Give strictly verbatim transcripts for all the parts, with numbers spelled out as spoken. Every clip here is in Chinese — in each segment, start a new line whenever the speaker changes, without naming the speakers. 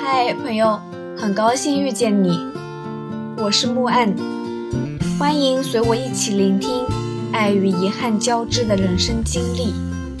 嗨，朋友，很高兴遇见你，我是木岸，欢迎随我一起聆听爱与遗憾交织的人生经历。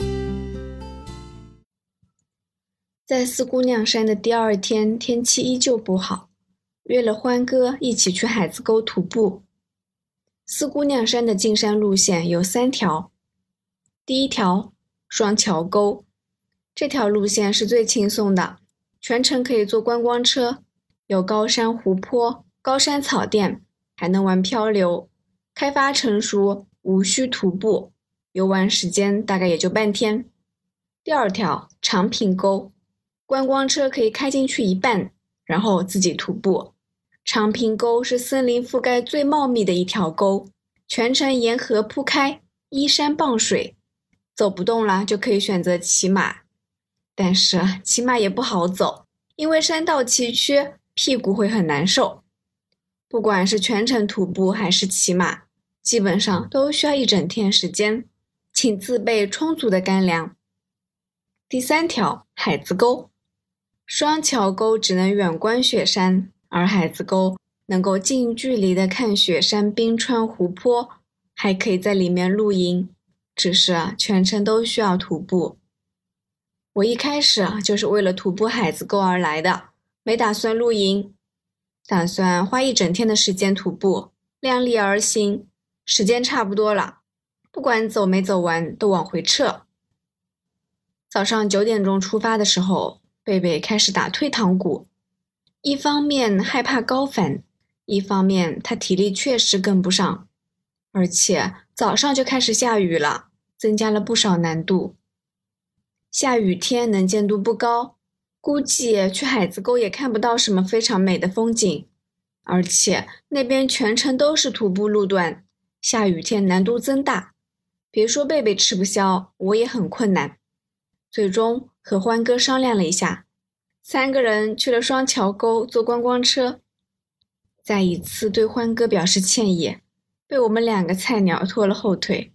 在四姑娘山的第二天，天气依旧不好，约了欢哥一起去海子沟徒步。四姑娘山的进山路线有三条，第一条双桥沟，这条路线是最轻松的，全程可以坐观光车，有高山湖泊、高山草甸，还能玩漂流，开发成熟，无需徒步，游玩时间大概也就半天。第二条长坪沟，观光车可以开进去一半，然后自己徒步。长坪沟是森林覆盖最茂密的一条沟，全程沿河铺开，依山傍水，走不动了就可以选择骑马。但是骑马也不好走，因为山道崎岖，屁股会很难受。不管是全程徒步还是骑马，基本上都需要一整天时间，请自备充足的干粮。第三条海子沟，双桥沟只能远观雪山，而海子沟能够近距离的看雪山、冰川、湖泊，还可以在里面露营，只是啊，全程都需要徒步。我一开始啊，就是为了徒步海子沟而来的，没打算露营，打算花一整天的时间徒步，量力而行，时间差不多了，不管走没走完都往回撤。早上九点钟出发的时候，贝贝开始打退堂鼓，一方面害怕高反，一方面他体力确实跟不上，而且早上就开始下雨了，增加了不少难度。下雨天能见度不高，估计去海子沟也看不到什么非常美的风景，而且那边全程都是徒步路段，下雨天难度增大，别说贝贝吃不消，我也很困难。最终和欢哥商量了一下，三个人去了双桥沟坐观光车。再一次对欢哥表示歉意，被我们两个菜鸟拖了后腿。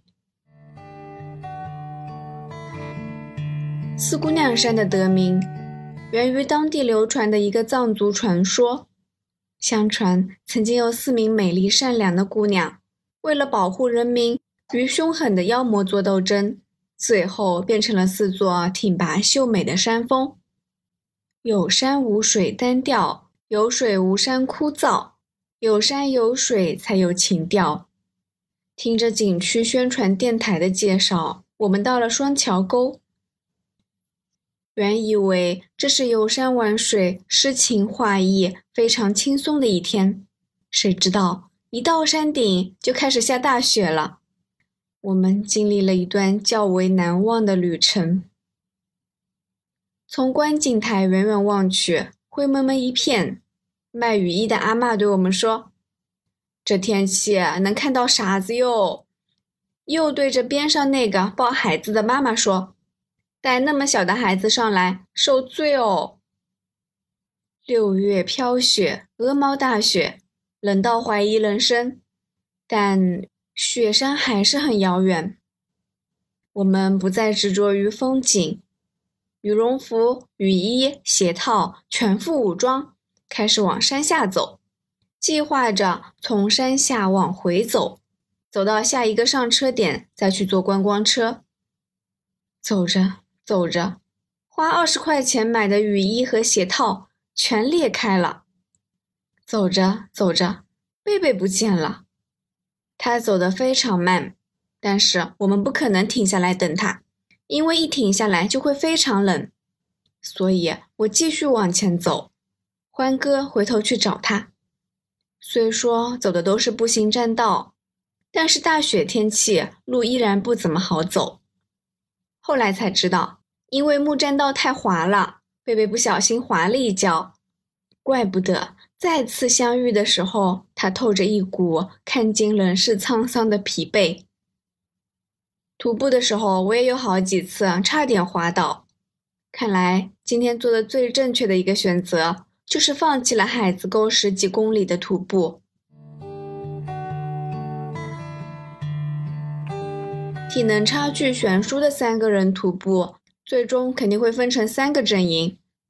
四姑娘山的得名源于当地流传的一个藏族传说，相传曾经有四名美丽善良的姑娘，为了保护人民与凶狠的妖魔作斗争，最后变成了四座挺拔秀美的山峰。有山无水单调，有水无山枯燥，有山有水才有情调。听着景区宣传电台的介绍，我们到了双桥沟。原以为这是游山玩水、诗情画意、非常轻松的一天，谁知道一到山顶就开始下大雪了。我们经历了一段较为难忘的旅程。从观景台远远望去，灰蒙蒙一片，卖雨衣的阿嬷对我们说，这天气能看到傻子哟。又对着边上那个抱孩子的妈妈说，带那么小的孩子上来受罪哦。六月飘雪，鹅毛大雪，冷到怀疑人生，但雪山还是很遥远。我们不再执着于风景，羽绒服、雨衣、鞋套全副武装，开始往山下走，计划着从山下往回走，走到下一个上车点再去坐观光车。走着走着，花二十块钱买的雨衣和鞋套全裂开了。走着走着，贝贝不见了。他走得非常慢，但是我们不可能停下来等他，因为一停下来就会非常冷。所以我继续往前走，欢哥回头去找他。虽说走的都是步行栈道，但是大雪天气，路依然不怎么好走。后来才知道，因为木栈道太滑了，贝贝不小心滑了一跤，怪不得再次相遇的时候，他透着一股看尽人世沧桑的疲惫。徒步的时候，我也有好几次差点滑倒。看来今天做的最正确的一个选择，就是放弃了海子沟十几公里的徒步。体能差距悬殊的三个人徒步，最终肯定会分成三个阵营。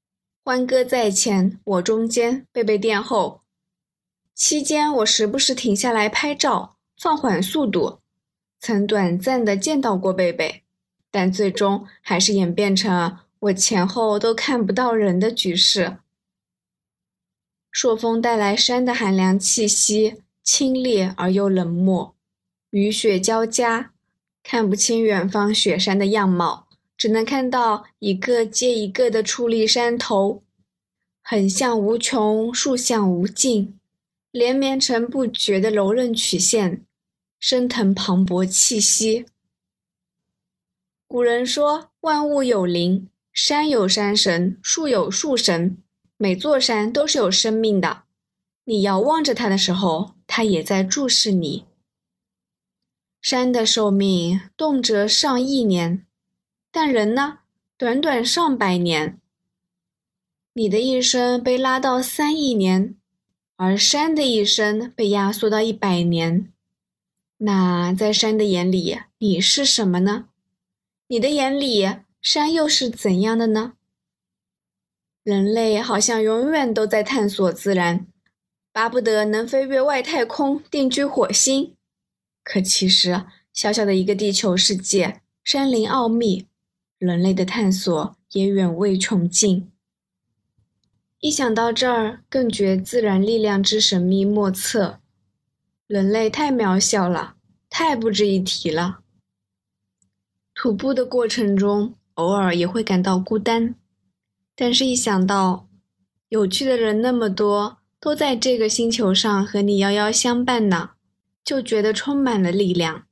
欢哥在前，我中间，贝贝殿后。期间我时不时停下来拍照，放缓速度，曾短暂地见到过贝贝，但最终还是演变成我前后都看不到人的局势。朔风带来山的寒凉气息，清冽而又冷漠，雨雪交加，看不清远方雪山的样貌，只能看到一个接一个的矗立山头，横向无穷，竖向无尽，连绵成不绝的柔韧曲线，升腾磅礴气息。古人说，万物有灵，山有山神，树有树神，每座山都是有生命的。你遥望着它的时候，它也在注视你。山的寿命动辄上亿年，但人呢，短短上百年。你的一生被拉到三亿年，而山的一生被压缩到一百年。那在山的眼里，你是什么呢？你的眼里，山又是怎样的呢？人类好像永远都在探索自然，巴不得能飞越外太空，定居火星。可其实，小小的一个地球世界，山林奥秘，人类的探索也远未穷尽。一想到这儿，更觉自然力量之神秘莫测。人类太渺小了，太不值一提了。徒步的过程中，偶尔也会感到孤单，但是一想到有趣的人那么多，都在这个星球上和你遥遥相伴呢，就觉得充满了力量。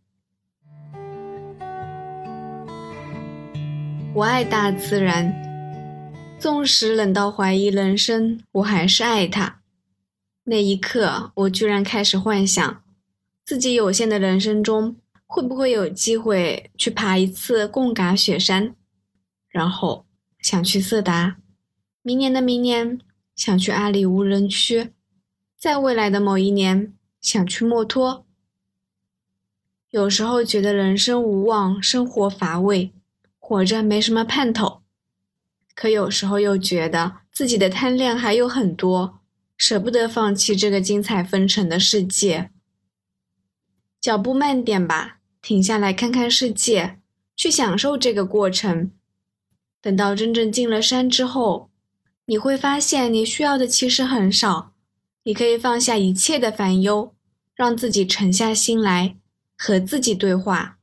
我爱大自然，纵使冷到怀疑人生，我还是爱它。那一刻，我居然开始幻想，自己有限的人生中，会不会有机会去爬一次贡嘎雪山，然后想去色达，明年的明年想去阿里无人区，在未来的某一年想去墨脱。有时候觉得人生无望，生活乏味，活着没什么盼头，可有时候又觉得自己的贪恋还有很多，舍不得放弃这个精彩纷呈的世界。脚步慢点吧，停下来看看世界，去享受这个过程。等到真正进了山之后，你会发现你需要的其实很少，你可以放下一切的烦忧，让自己沉下心来，和自己对话。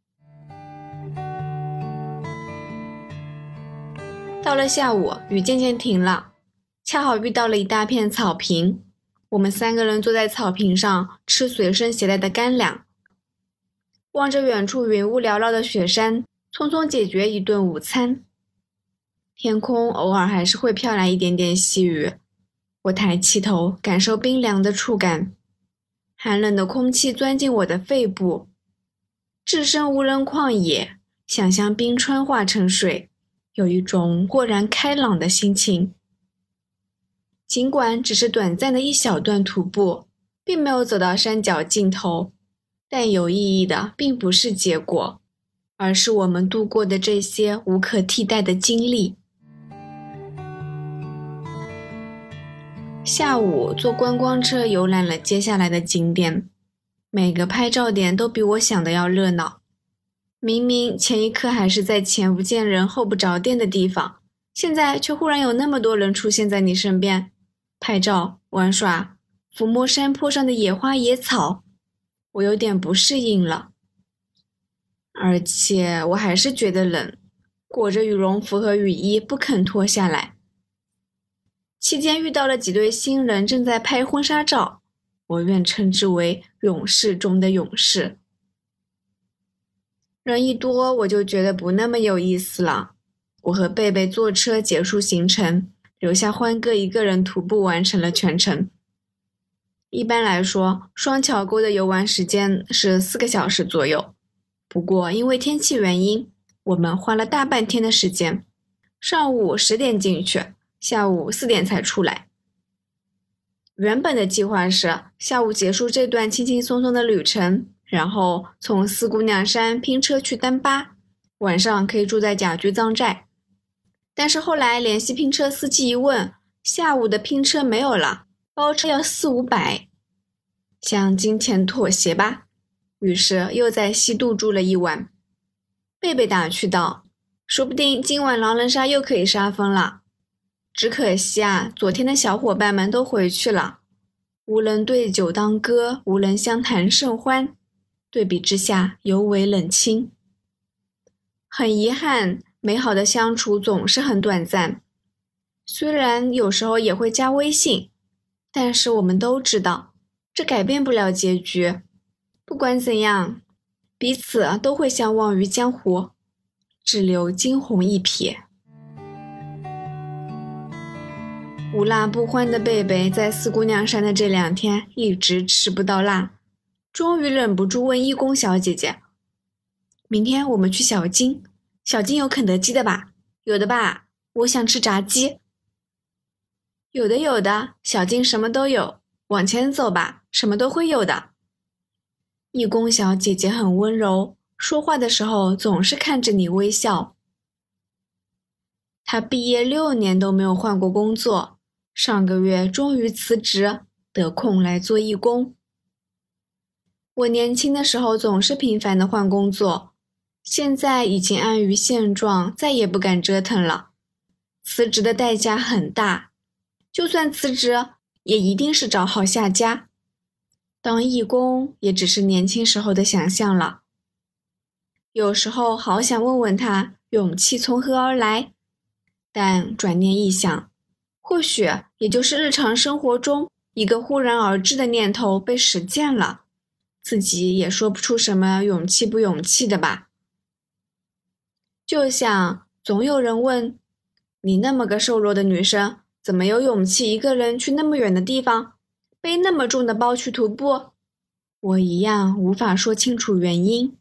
到了下午，雨渐渐停了，恰好遇到了一大片草坪，我们三个人坐在草坪上吃随身携带的干粮，望着远处云雾缭绕的雪山，匆匆解决一顿午餐。天空偶尔还是会飘来一点点细雨，我抬起头，感受冰凉的触感，寒冷的空气钻进我的肺部，置身无人旷野，想象冰川化成水，有一种豁然开朗的心情。尽管只是短暂的一小段徒步，并没有走到山脚尽头，但有意义的并不是结果，而是我们度过的这些无可替代的经历。下午坐观光车游览了接下来的景点，每个拍照点都比我想的要热闹。明明前一刻还是在前不见人后不着店的地方，现在却忽然有那么多人出现在你身边，拍照、玩耍、抚摸山坡上的野花野草，我有点不适应了。而且我还是觉得冷，裹着羽绒服和雨衣不肯脱下来。期间遇到了几对新人正在拍婚纱照，我愿称之为勇士中的勇士。人一多，我就觉得不那么有意思了。我和贝贝坐车结束行程，留下欢哥一个人徒步完成了全程。一般来说，双桥沟的游玩时间是四个小时左右，不过因为天气原因，我们花了大半天的时间，上午十点进去，下午四点才出来。原本的计划是下午结束这段轻轻松松的旅程，然后从四姑娘山拼车去丹巴，晚上可以住在甲居藏寨。 但是后来联系拼车司机一问，下午的拼车没有了，包车要四五百，向金钱妥协吧。于是又在西渡住了一晚。贝贝打趣道，说不定今晚狼人杀又可以杀疯了。只可惜啊，昨天的小伙伴们都回去了，无人对酒当歌，无人相谈甚欢，对比之下尤为冷清。很遗憾，美好的相处总是很短暂，虽然有时候也会加微信，但是我们都知道，这改变不了结局。不管怎样，彼此都会相忘于江湖，只留惊鸿一瞥。无辣不欢的贝贝在四姑娘山的这两天一直吃不到辣，终于忍不住问义工小姐姐，明天我们去小金，小金有肯德基的吧？有的吧，我想吃炸鸡。有的有的，小金什么都有，往前走吧，什么都会有的。义工小姐姐很温柔，说话的时候总是看着你微笑。她毕业六年都没有换过工作，上个月终于辞职，得空来做义工。我年轻的时候总是频繁的换工作，现在已经安于现状，再也不敢折腾了。辞职的代价很大，就算辞职，也一定是找好下家。当义工也只是年轻时候的想象了。有时候好想问问他，勇气从何而来？但转念一想，或许也就是日常生活中一个忽然而至的念头被实践了，自己也说不出什么勇气不勇气的吧。就像总有人问，你那么个瘦弱的女生，怎么有勇气一个人去那么远的地方，背那么重的包去徒步？我一样无法说清楚原因。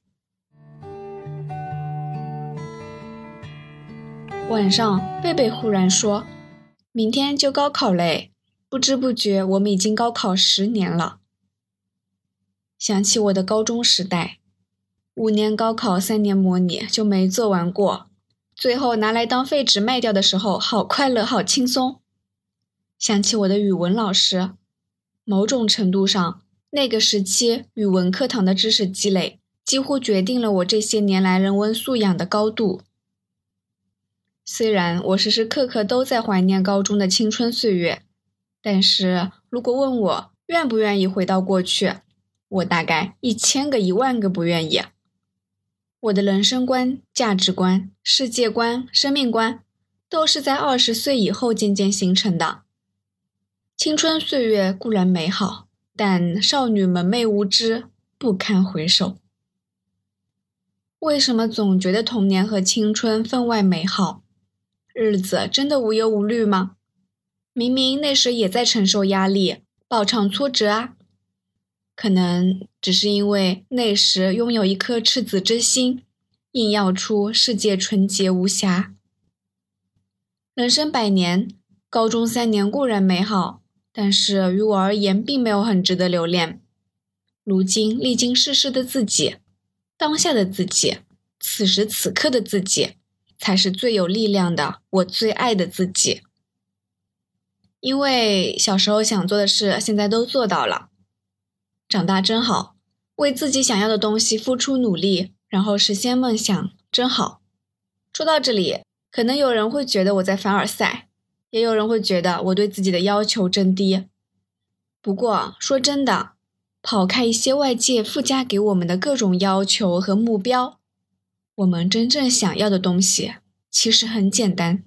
晚上，贝贝忽然说，明天就高考嘞，不知不觉我们已经高考十年了。想起我的高中时代，五年高考三年模拟就没做完过，最后拿来当废纸卖掉的时候，好快乐好轻松。想起我的语文老师，某种程度上，那个时期语文课堂的知识积累几乎决定了我这些年来人文素养的高度。虽然我时时刻刻都在怀念高中的青春岁月，但是如果问我愿不愿意回到过去，我大概一千个一万个不愿意。我的人生观、价值观、世界观、生命观都是在二十岁以后渐渐形成的。青春岁月固然美好，但少女萌昧无知，不堪回首。为什么总觉得童年和青春分外美好？日子真的无忧无虑吗？明明那时也在承受压力，饱尝挫折啊。可能只是因为那时拥有一颗赤子之心，映耀出世界纯洁无瑕。人生百年，高中三年固然美好，但是于我而言并没有很值得留恋。如今历经世事的自己，当下的自己，此时此刻的自己，才是最有力量的，我最爱的自己。因为小时候想做的事，现在都做到了。长大真好，为自己想要的东西付出努力，然后实现梦想，真好。说到这里，可能有人会觉得我在凡尔赛，也有人会觉得我对自己的要求真低。不过说真的，抛开一些外界附加给我们的各种要求和目标，我们真正想要的东西其实很简单。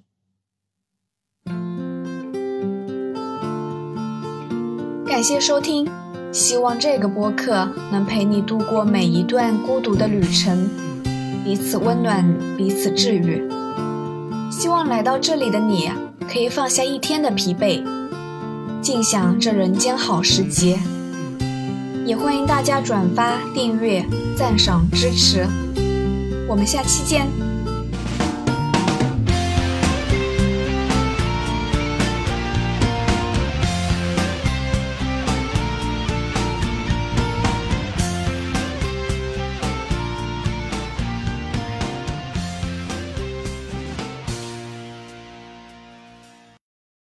感谢收听，希望这个播客能陪你度过每一段孤独的旅程，彼此温暖，彼此治愈。希望来到这里的你可以放下一天的疲惫，尽享这人间好时节。也欢迎大家转发、订阅、赞赏、支持。我们下期见。